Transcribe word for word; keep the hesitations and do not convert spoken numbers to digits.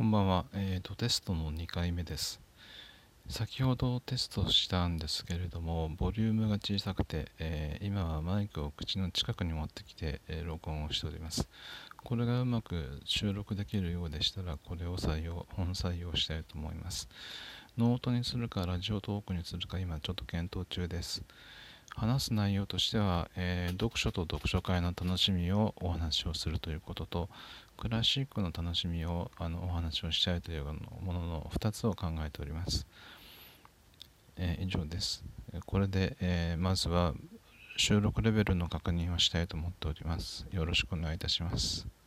こんばんは、えーと、テストのにかいめです。先ほどテストしたんですけれども、ボリュームが小さくて、えー今はマイクを口の近くに持ってきて、えー録音をしております。これがうまく収録できるようでしたら、これを採用、本採用したいと思います。ノートにするか、ラジオトークにするか、今ちょっと検討中です。話す内容としては、えー読書と読書会の楽しみをお話をするということと、クラシックの楽しみをあのお話をしたいというもののふたつを考えております。えー以上です。これで、えーまずは収録レベルの確認をしたいと思っております。よろしくお願いいたします。